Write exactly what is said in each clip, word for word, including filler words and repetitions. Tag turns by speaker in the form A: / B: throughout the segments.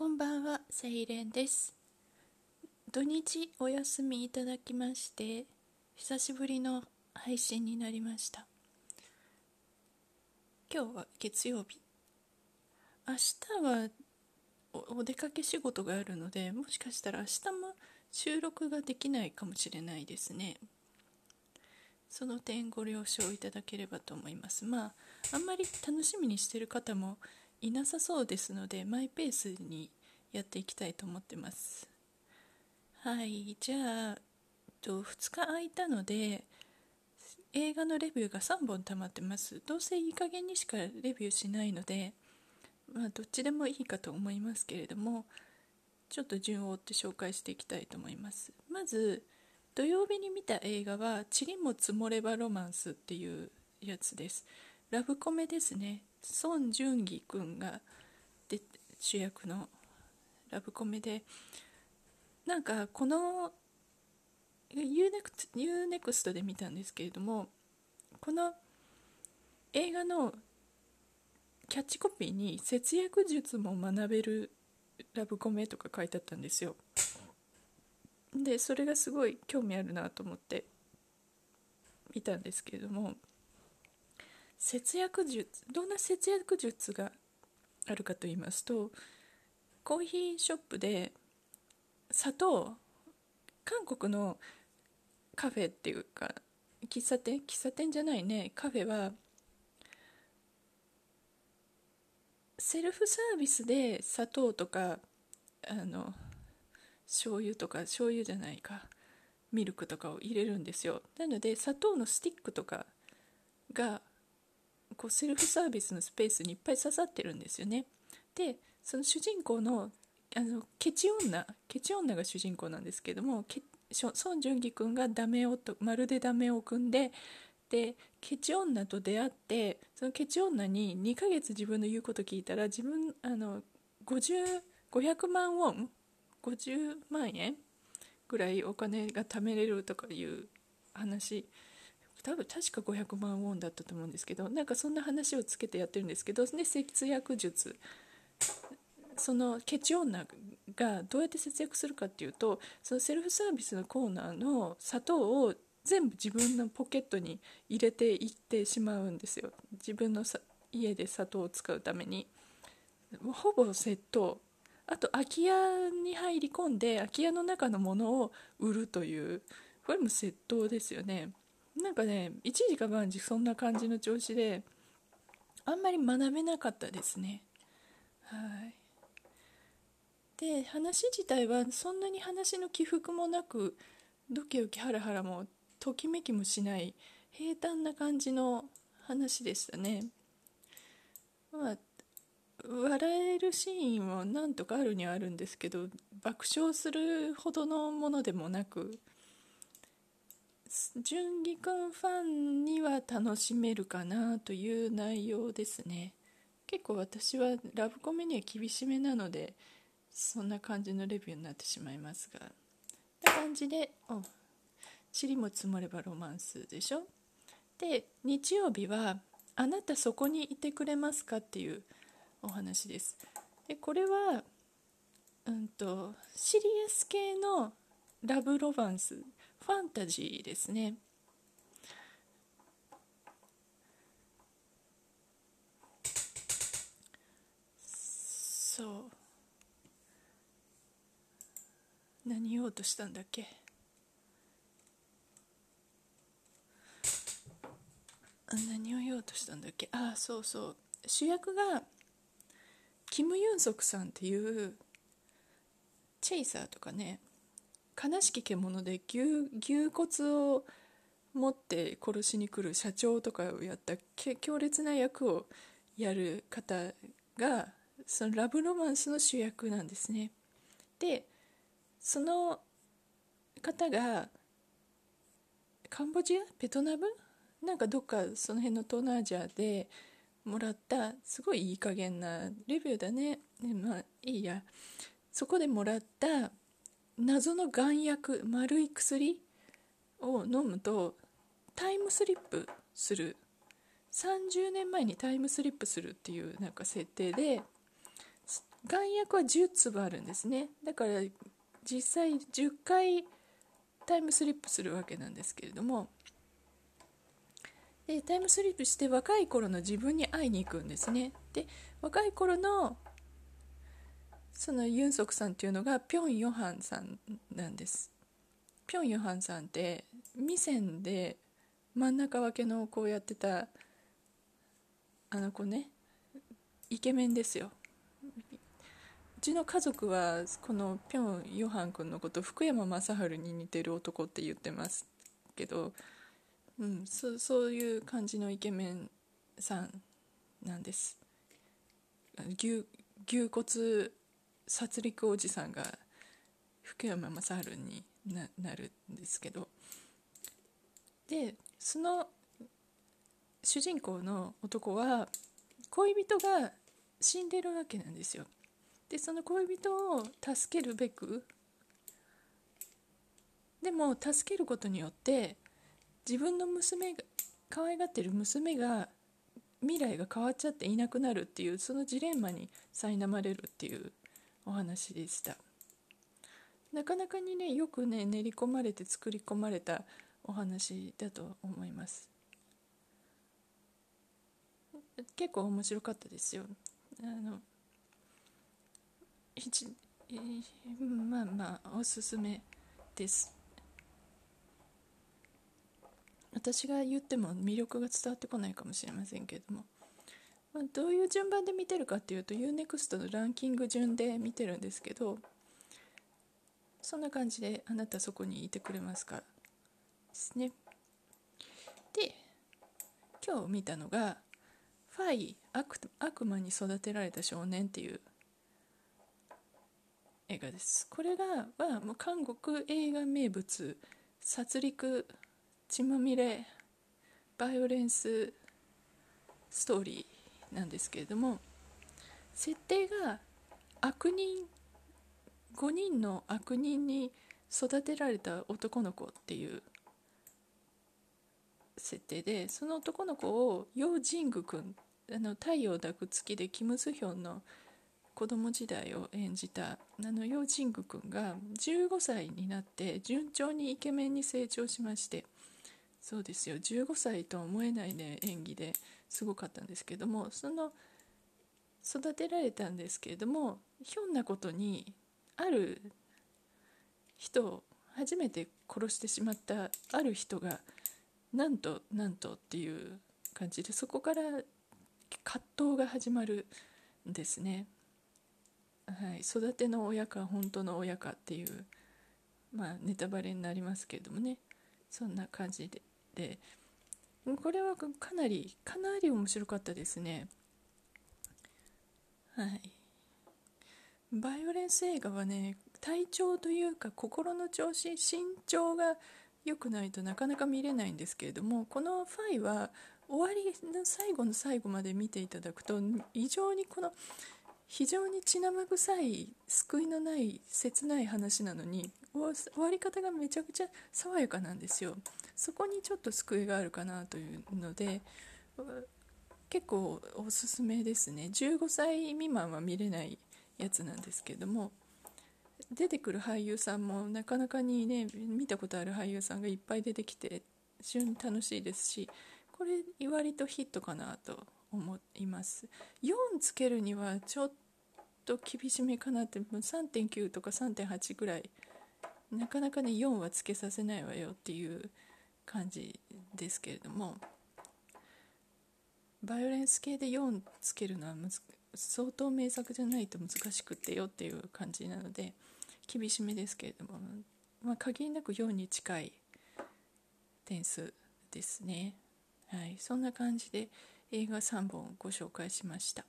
A: こんばんは、セイレンです。土日お休みいただきまして久しぶりの配信になりました。今日は月曜日。明日は お, お出かけ仕事があるので、もしかしたら明日も収録ができないかもしれないですね。その点ご了承いただければと思います。まああんまり楽しみにしている方もいなさそうですので、マイペースにやっていきたいと思ってます。はい、じゃあとふつか空いたので映画のレビューがさんぼん溜まってます。どうせいい加減にしかレビューしないので、まあ、どっちでもいいかと思いますけれども、ちょっと順を追って紹介していきたいと思います。まず土曜日に見た映画は塵も積もればロマンスっていうやつです。ラブコメですね。ソン・ジュンギ君がで主役のラブコメで、なんかこの ユーネクスト ユーネクストで見たんですけれども、この映画のキャッチコピーに節約術も学べるラブコメとか書いてあったんですよ。でそれがすごい興味あるなと思って見たんですけれども、節約術、どんな節約術があるかと言いますと、コーヒーショップで砂糖、韓国のカフェっていうか喫茶店喫茶店じゃないねカフェはセルフサービスで砂糖とかあの醤油とか醤油じゃないかミルクとかを入れるんですよ。なので砂糖のスティックとかがこうセルフサービスのスペースにいっぱい刺さってるんですよね。でその主人公のあのケチ女ケチ女が主人公なんですけども、ケソン・ジュンギ君がダメをとまるでダメを組んで、でケチ女と出会って、そのケチ女ににかげつ自分の言うこと聞いたら、自分あのごじゅう ごひゃくまんウォンごじゅうまんえんぐらいお金が貯めれるとかいう話、多分確かごひゃくまんウォンだったと思うんですけど、なんかそんな話をつけてやってるんですけど、で節約術、そのケチ女がどうやって節約するかっていうと、そのセルフサービスのコーナーの砂糖を全部自分のポケットに入れていってしまうんですよ。自分のさ家で砂糖を使うためにほぼ窃盗。あと空き家に入り込んで空き家の中のものを売るという、これも窃盗ですよね。なんかね、一時か万事そんな感じの調子で、あんまり学べなかったですね。はい。で話自体はそんなに話の起伏もなく、ドキドキハラハラもときめきもしない平坦な感じの話でしたね。まあ笑えるシーンはなんとかあるにはあるんですけど、爆笑するほどのものでもなく、純義くんファンには楽しめるかなという内容ですね。結構私はラブコメには厳しめなので、そんな感じのレビューになってしまいますが、こんな感じで、お塵も積もればロマンスでしょ。で日曜日はあなたそこにいてくれますかっていうお話です。でこれは、うんと、シリアス系のラブロマンス、ファンタジーですね。そう、何言おうとしたんだっけ。何を言おうとしたんだっけ。ああ、そうそう、主役がキム・ユンソクさんっていうチェイサーとかね、悲しき獣で 牛, 牛骨を持って殺しに来る社長とかをやった強烈な役をやる方がそのラブロマンスの主役なんですね。でその方がカンボジア、ベトナム、なんかどっかその辺の東南アジアでもらったすごいいい加減なレビューだね。ね、まあいいや。そこでもらった謎の丸薬、丸い薬を飲むとタイムスリップする、さんじゅうねんまえにタイムスリップするっていうなんか設定で、 眼薬はじゅうつぶあるんですね。だから実際じゅっかいタイムスリップするわけなんですけれども、でタイムスリップして若い頃の自分に会いに行くんですね。で若い頃のそのユンソクさんっていうのがピョン・ヨハンさんなんです。ピョン・ヨハンさんってミセンで真ん中分けのこうやってたあの子ね、イケメンですよ。うちの家族はこのピョン・ヨハン君のこと福山雅治に似てる男って言ってますけど、うん、そ, そういう感じのイケメンさんなんです。牛牛骨殺戮おじさんが福山雅治に な, なるんですけど、でその主人公の男は恋人が死んでるわけなんですよ。でその恋人を助けるべく、でも助けることによって自分の娘が可愛がってる娘が未来が変わっちゃっていなくなるっていう、そのジレンマに苛まれるっていうお話でした。なかなかにねよくね練り込まれて作り込まれたお話だと思います。結構面白かったですよ。あの一まあまあおすすめです。私が言っても魅力が伝わってこないかもしれませんけれども、まあ、どういう順番で見てるかっていうと ユーネクスト のランキング順で見てるんですけど、そんな感じであなたそこにいてくれますかですね。で今日見たのがファイ 悪, 悪魔に育てられた少年っていう映画です。これがはもう韓国映画名物、殺戮、血まみれ、バイオレンスストーリーなんですけれども、設定が悪人ごにんの悪人に育てられた男の子っていう設定で、その男の子をヨウ・ジング君、あの太陽抱く月でキム・スヒョンの子供時代を演じたあのヨウ・ジング君がじゅうごさいになって順調にイケメンに成長しまして、そうですよ、じゅうごさいとは思えない、ね、演技ですごかったんですけども、その育てられたんですけれども、ひょんなことにある人を初めて殺してしまったある人がなんとなんとっていう感じで、そこから葛藤が始まるんですね。はい、育ての親か本当の親かっていう、まあネタバレになりますけれどもね、そんな感じで、でこれはかなりかなり面白かったですね。はい、バイオレンス映画はね、体調というか心の調子、身長が良くないとなかなか見れないんですけれども、このファイは終わりの最後の最後まで見ていただくと、非常にこの非常に血生臭い救いのない切ない話なのに、終わり方がめちゃくちゃ爽やかなんですよ。そこにちょっと救いがあるかなというので結構おすすめですね。じゅうごさい未満は見れないやつなんですけども、出てくる俳優さんもなかなかにね、見たことある俳優さんがいっぱい出てきて非常に楽しいですし、これ割とヒットかなと思います。よんつけるにはちょっと厳しめかなって、 さんてんきゅう とか さんてんはち ぐらい、なかなかねよんはつけさせないわよっていう感じですけれども、バイオレンス系でよんつけるのはむず相当名作じゃないと難しくってよっていう感じなので厳しめですけれども、まあ、限りなくよんに近い点数ですね。はい、そんな感じで映画さんぼんご紹介しました。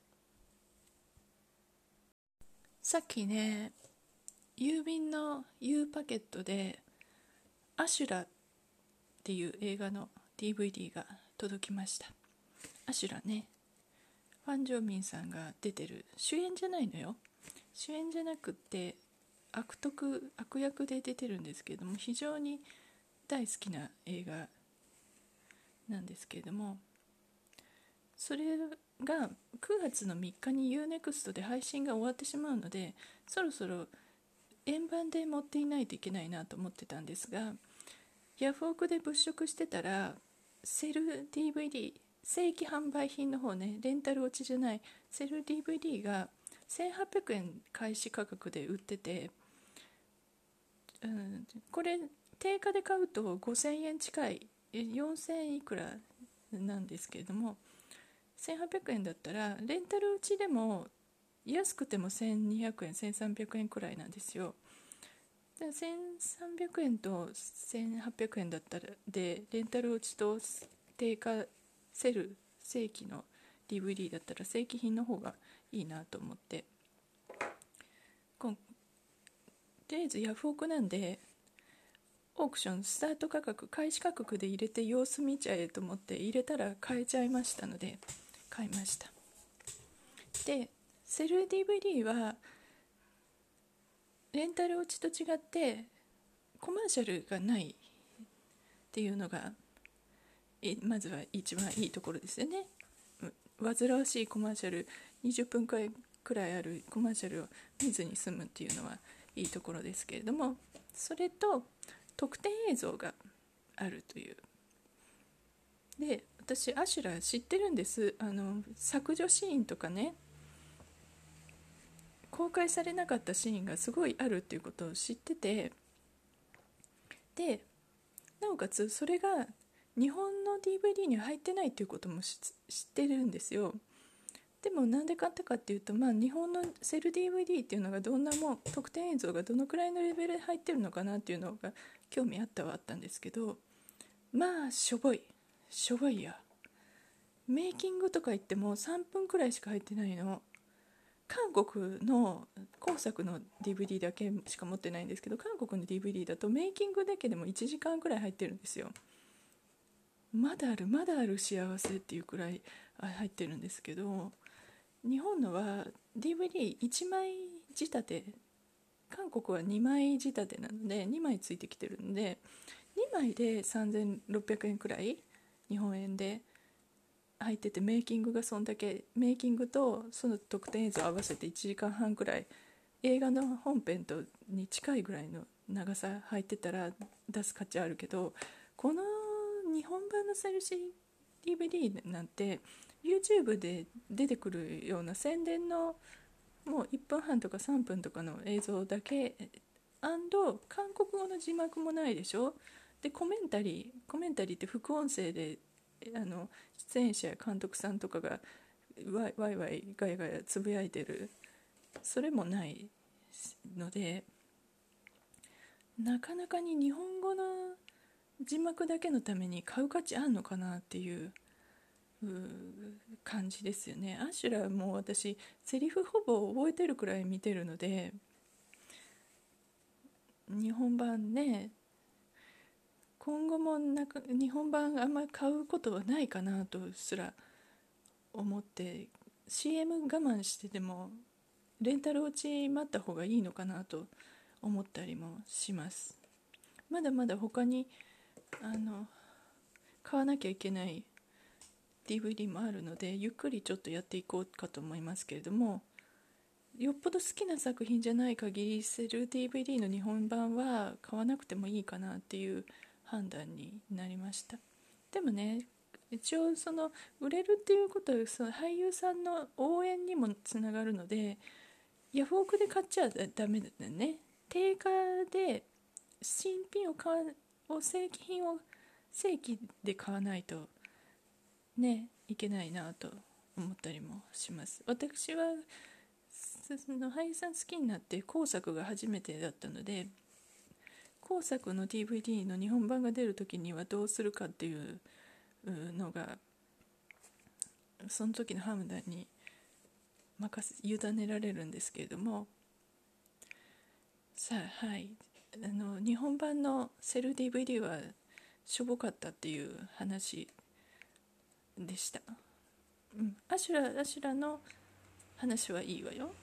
A: さっきね、郵便の U パケットでアシュラっていう映画の ディーブイディー が届きました。アシュラね、ファン・ジョンミンさんが出てる、主演じゃないのよ、主演じゃなくって悪徳悪役で出てるんですけれども、非常に大好きな映画なんですけれども、それがくがつのみっかに ユーネクスト で配信が終わってしまうので、そろそろ円盤で持っていないといけないなと思ってたんですが、ヤフオクで物色してたらセル ディーブイディー、 正規販売品の方ね、レンタル落ちじゃないセル ディーブイディー がせんはっぴゃくえん開始価格で売ってて、うん、これ定価で買うとごせんえん近い、よんせんいくらなんですけれども、せんはっぴゃくえんだったらレンタル落ちでも安くてもせんにひゃくえんせんさんびゃくえんくらいなんですよ。でせんさんびゃくえんとせんはっぴゃくえんだったらで、レンタル落ちと定価セル正規の ディーブイディー だったら正規品の方がいいなと思って、とりあえずヤフオクなんでオークションスタート価格開始価格で入れて様子見ちゃえと思って入れたら買えちゃいましたので買いました。でセル ディーブイディー はレンタル落ちと違ってコマーシャルがないっていうのがまずは一番いいところですよね。煩わしいコマーシャルにじゅっぷんくらいあるコマーシャルを見ずに済むっていうのはいいところですけれども、それと特典映像があるという。で私アシュラ知ってるんです。あの削除シーンとかね、公開されなかったシーンがすごいあるっていうことを知ってて、でなおかつそれが日本の ディーブイディー に入ってないっていうことも知ってるんですよ。でもなんで買ったかっていうと、まあ、日本のセル ディーブイディー っていうのがどんなもん、特典映像がどのくらいのレベルで入ってるのかなっていうのが興味あったはあったんですけど、まあしょぼいしょぼいや。メイキングとか言ってもさんぷんくらいしか入ってないの。韓国の今作の ディーブイディー だけしか持ってないんですけど、韓国の ディーブイディー だとメイキングだけでもいちじかんくらい入ってるんですよ。まだあるまだある幸せっていうくらい入ってるんですけど、日本のは ディーブイディーいち 枚仕立て、韓国はにまい仕立てなのでにまいついてきてるんで、にまいでさんぜんろっぴゃくえんくらい日本円で入ってて、メイキングがそんだけ、メイキングとその特典映像合わせていちじかんはんくらい、映画の本編とに近いぐらいの長さ入ってたら出す価値あるけど、この日本版のセルシー ディーブイディー なんて YouTube で出てくるような宣伝のもういっぷんはんとかさんぷんとかの映像だけ韓国語の字幕もないでしょ。でコメンタリーコメンタリーって副音声であの出演者や監督さんとかがワイワイワイガヤガヤつぶやいてる、それもないので、なかなかに日本語の字幕だけのために買う価値あんのかなっていう感じですよね。アシュラも私セリフほぼ覚えてるくらい見てるので、日本版ね、今後もなんか日本版あんまり買うことはないかなとすら思って、 シーエム 我慢してでもレンタル落ち待った方がいいのかなと思ったりもします。まだまだ他にあの買わなきゃいけない ディーブイディー もあるので、ゆっくりちょっとやっていこうかと思いますけれども、よっぽど好きな作品じゃない限りセル ディーブイディー の日本版は買わなくてもいいかなっていう判断になりました。でもね、一応その売れるっていうことはその俳優さんの応援にもつながるので、ヤフオクで買っちゃダメだよね。定価で新品を買う、正規品を正規で買わないとねいけないなと思ったりもします。私はその俳優さん好きになって後作が初めてだったので、後作の ディーブイディー の日本版が出る時にはどうするかっていうのがその時の判断に任せ委ねられるんですけれども、さあはいあの日本版のセル ディーブイディー はしょぼかったっていう話でした。うん、アシュラアシュラの話はいいわよ。はい、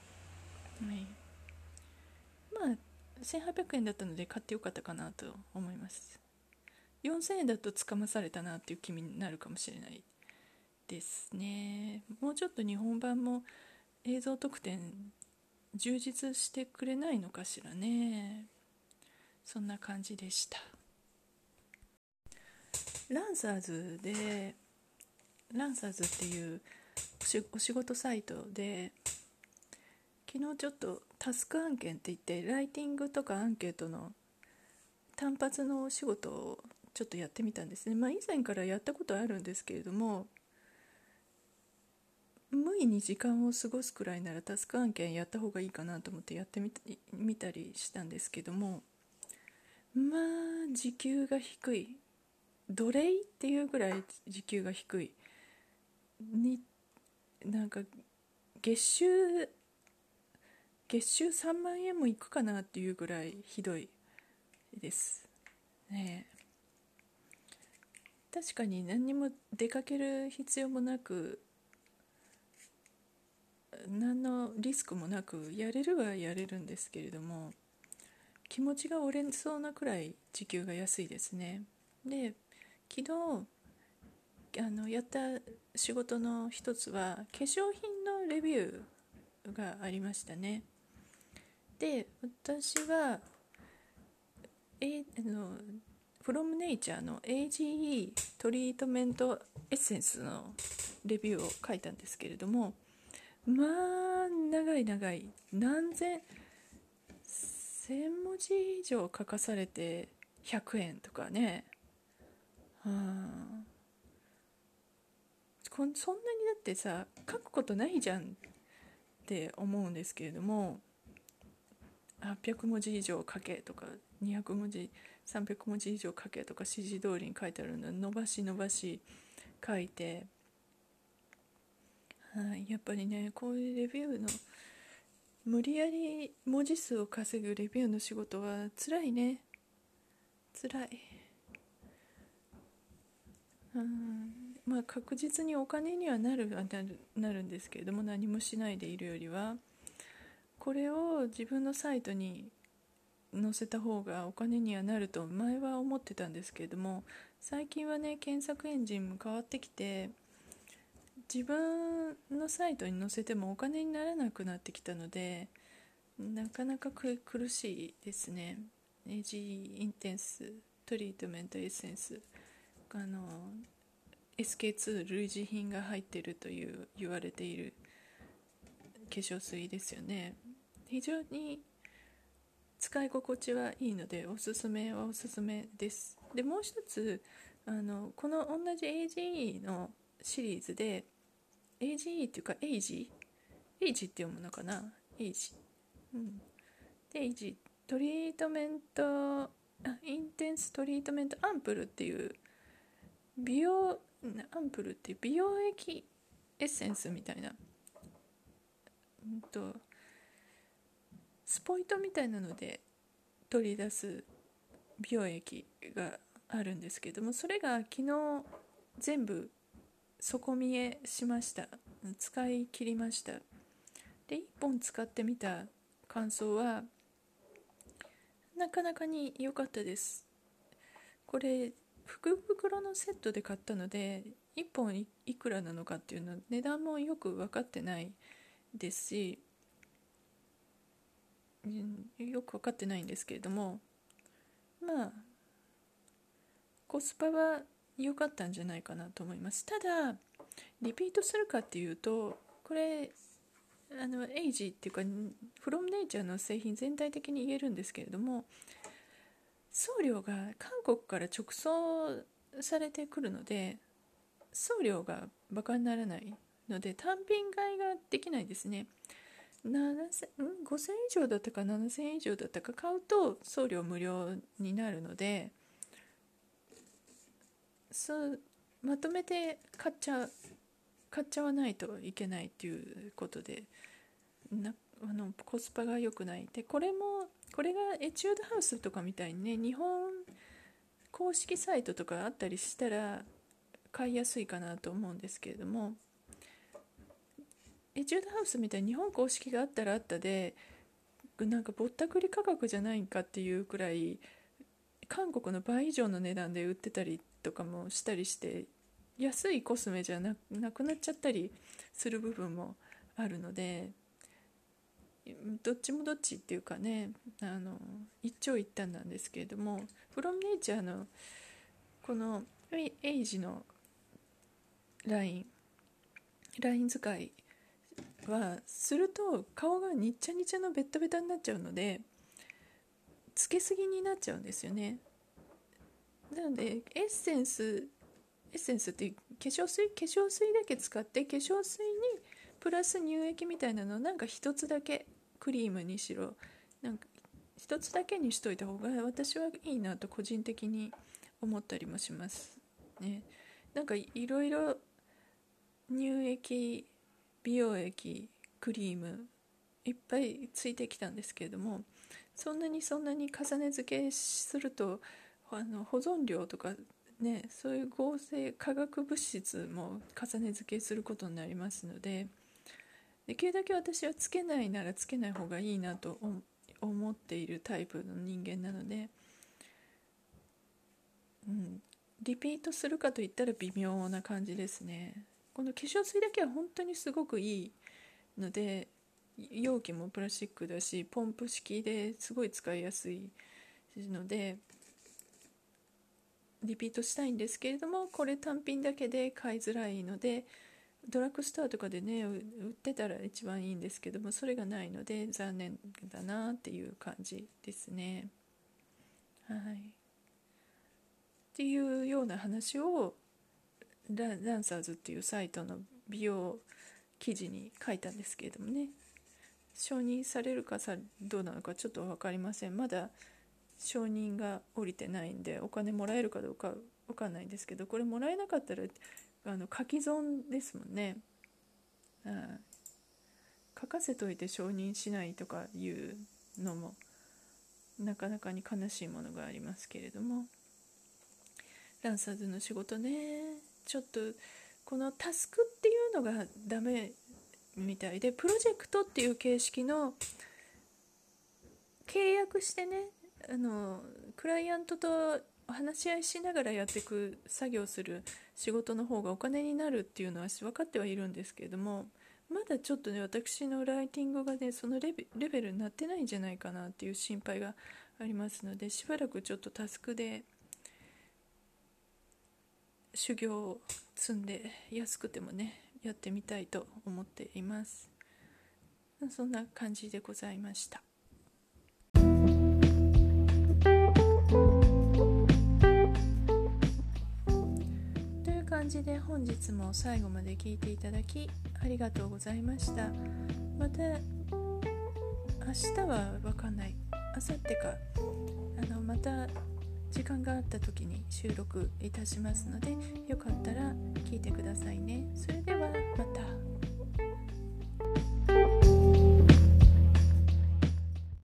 A: まあせんはっぴゃくえんだったので買ってよかったかなと思います。よんせんえんだとつかまされたなっていう気になるかもしれないですね。もうちょっと日本版も映像特典充実してくれないのかしらね。そんな感じでした。ランサーズでランサーズっていうお仕事サイトで、昨日ちょっとタスク案件って言ってライティングとかアンケートの単発のお仕事をちょっとやってみたんですね。まあ以前からやったことあるんですけれども、無意に時間を過ごすくらいならタスク案件やった方がいいかなと思ってやってみた、見たりしたんですけども、まあ時給が低い、奴隷っていうぐらい時給が低いに、なんか月収月収さんまんえんもいくかなっていうぐらいひどいですね。確かに何にも出かける必要もなく、何のリスクもなくやれるはやれるんですけれども、気持ちが折れそうなくらい時給が安いですね。で、昨日あのやった仕事の一つは化粧品のレビューがありましたね。で、私はえあのフロムネイチャーの エージーイー トリートメントエッセンスのレビューを書いたんですけれども、まあ長い長い何千千文字以上書かされてひゃくえんとかね、はあ、こんそんなにだってさ書くことないじゃんって思うんですけれども、はっぴゃくもじ以上書けとかにひゃくもじさんびゃくもじ以上書けとか指示通りに書いてあるの伸ばし伸ばし書いて、はい、やっぱりねこういうレビューの無理やり文字数を稼ぐレビューの仕事は辛いね。辛い。うん、まあ確実にお金にはなるはなる、なるんですけれども、何もしないでいるよりはこれを自分のサイトに載せた方がお金にはなると前は思ってたんですけれども、最近はね検索エンジンも変わってきて自分のサイトに載せてもお金にならなくなってきたので、なかなか苦しいですね。 エージー インテンストリートメントエッセンス、あの エスケーツー 類似品が入っているという言われている化粧水ですよね。非常に使い心地はいいのでおすすめはおすすめです。でもう一つ、あのこの同じ エージーイー のシリーズで エージーイー っていうかエイジエイジって読むのかな、エイジ、うん、でエイジトリートメントあインテンストリートメントアンプルっていう美容アンプルっていう美容液エッセンスみたいな、うんとスポイトみたいなので取り出す美容液があるんですけども、それが昨日全部底見えしました。使い切りました。でいっぽん使ってみた感想はなかなかに良かったです。これ福袋のセットで買ったのでいっぽん い, いくらなのかっていうの値段もよく分かってないですし、うん、よく分かってないんですけれども、まあコスパは良かったんじゃないかなと思います。ただリピートするかっていうと、これあのエイジっていうかフロムネイチャーの製品全体的に言えるんですけれども、送料が韓国から直送されてくるので送料がバカにならないので単品買いができないですね。ななせんんごせん以上だったかななせん以上だったか買うと送料無料になるので、そうまとめて買っちゃう買っちゃわないといけないということで、なあのコスパが良くない。でこれもこれがエチュードハウスとかみたいにね日本公式サイトとかあったりしたら買いやすいかなと思うんですけれども、エチュードハウスみたいに日本公式があったらあったでなんかぼったくり価格じゃないかっていうくらい韓国の倍以上の値段で売ってたりとかもしたりして、 安いコスメじゃ な, なくなっちゃったりする部分もあるので、どっちもどっちっていうかね、あの一長一短なんですけれども、フロムネイチャーのこのエイジのラインライン使いはすると顔がにっちゃにちゃのベッタベタになっちゃうので、つけすぎになっちゃうんですよね。なのでエッセンスエッセンスっていう化粧水化粧水だけ使って、化粧水にプラス乳液みたいなのをなんか一つだけ、クリームにしろなんか一つだけにしといた方が私はいいなと個人的に思ったりもしますね。なんかいろいろ乳液、美容液、クリームいっぱいついてきたんですけれども、そんなにそんなに重ね付けするとあの保存料とかね、そういう合成化学物質も重ね付けすることになりますので、できるだけ私はつけないならつけない方がいいなと思っているタイプの人間なので、うん、リピートするかといったら微妙な感じですね。この化粧水だけは本当にすごくいいので、容器もプラスチックだしポンプ式ですごい使いやすいのでリピートしたいんですけれども、これ単品だけで買いづらいので、ドラッグストアとかでね売ってたら一番いいんですけども、それがないので残念だなっていう感じですね。はい、っていうような話をラ, ランサーズっていうサイトの美容記事に書いたんですけれどもね、承認されるかさどうなのかちょっと分かりません。まだ承認が下りてないんでお金もらえるかどうか分かんないんですけど、これもらえなかったらあの書き損ですもんね。ああ、書かせといて承認しないとかいうのもなかなかに悲しいものがありますけれども、ランサーズの仕事ね、ちょっとこのタスクっていうのがダメみたいで、プロジェクトっていう形式の契約してね、あのクライアントと話し合いしながらやっていく作業する仕事の方がお金になるっていうのは分かってはいるんですけれども、まだちょっとね私のライティングがねそのレベ、レベルになってないんじゃないかなっていう心配がありますので、しばらくちょっとタスクで修行を積んで安くてもねやってみたいと思っています。そんな感じでございました。という感じで本日も最後まで聞いていただきありがとうございました。また明日は分かんない、明後日かあのまた時間があった時に収録いたしますので、よかったら聞いてくださいね。それではまた。